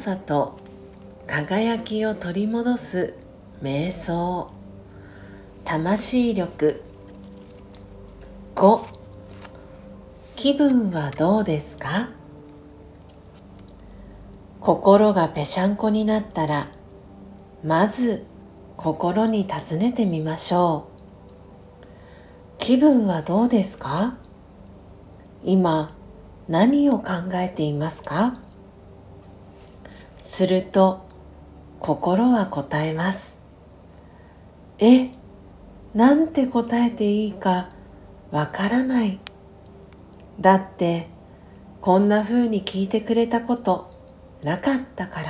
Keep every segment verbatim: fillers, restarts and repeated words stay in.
さと輝きを取り戻す瞑想。魂力。ご、気分はどうですか？心がぺしゃんこになったら、まず心に尋ねてみましょう。気分はどうですか？今何を考えていますか？すると心は答えます。え、なんて答えていいかわからない。だってこんな風に聞いてくれたことなかったから。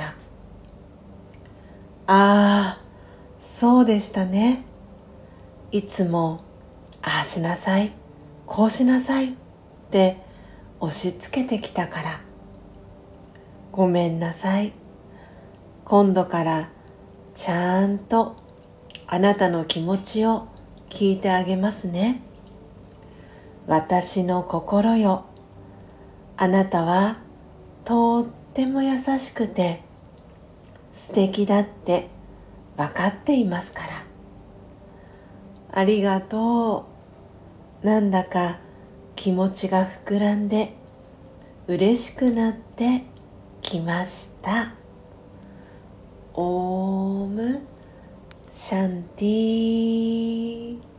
ああ、そうでしたね。いつもああしなさい、こうしなさいって押し付けてきたから。ごめんなさい。今度からちゃんとあなたの気持ちを聞いてあげますね。私の心よ。あなたはとっても優しくて素敵だって分かっていますから。ありがとう。なんだか気持ちが膨らんで嬉しくなってきました。オームシャンティー。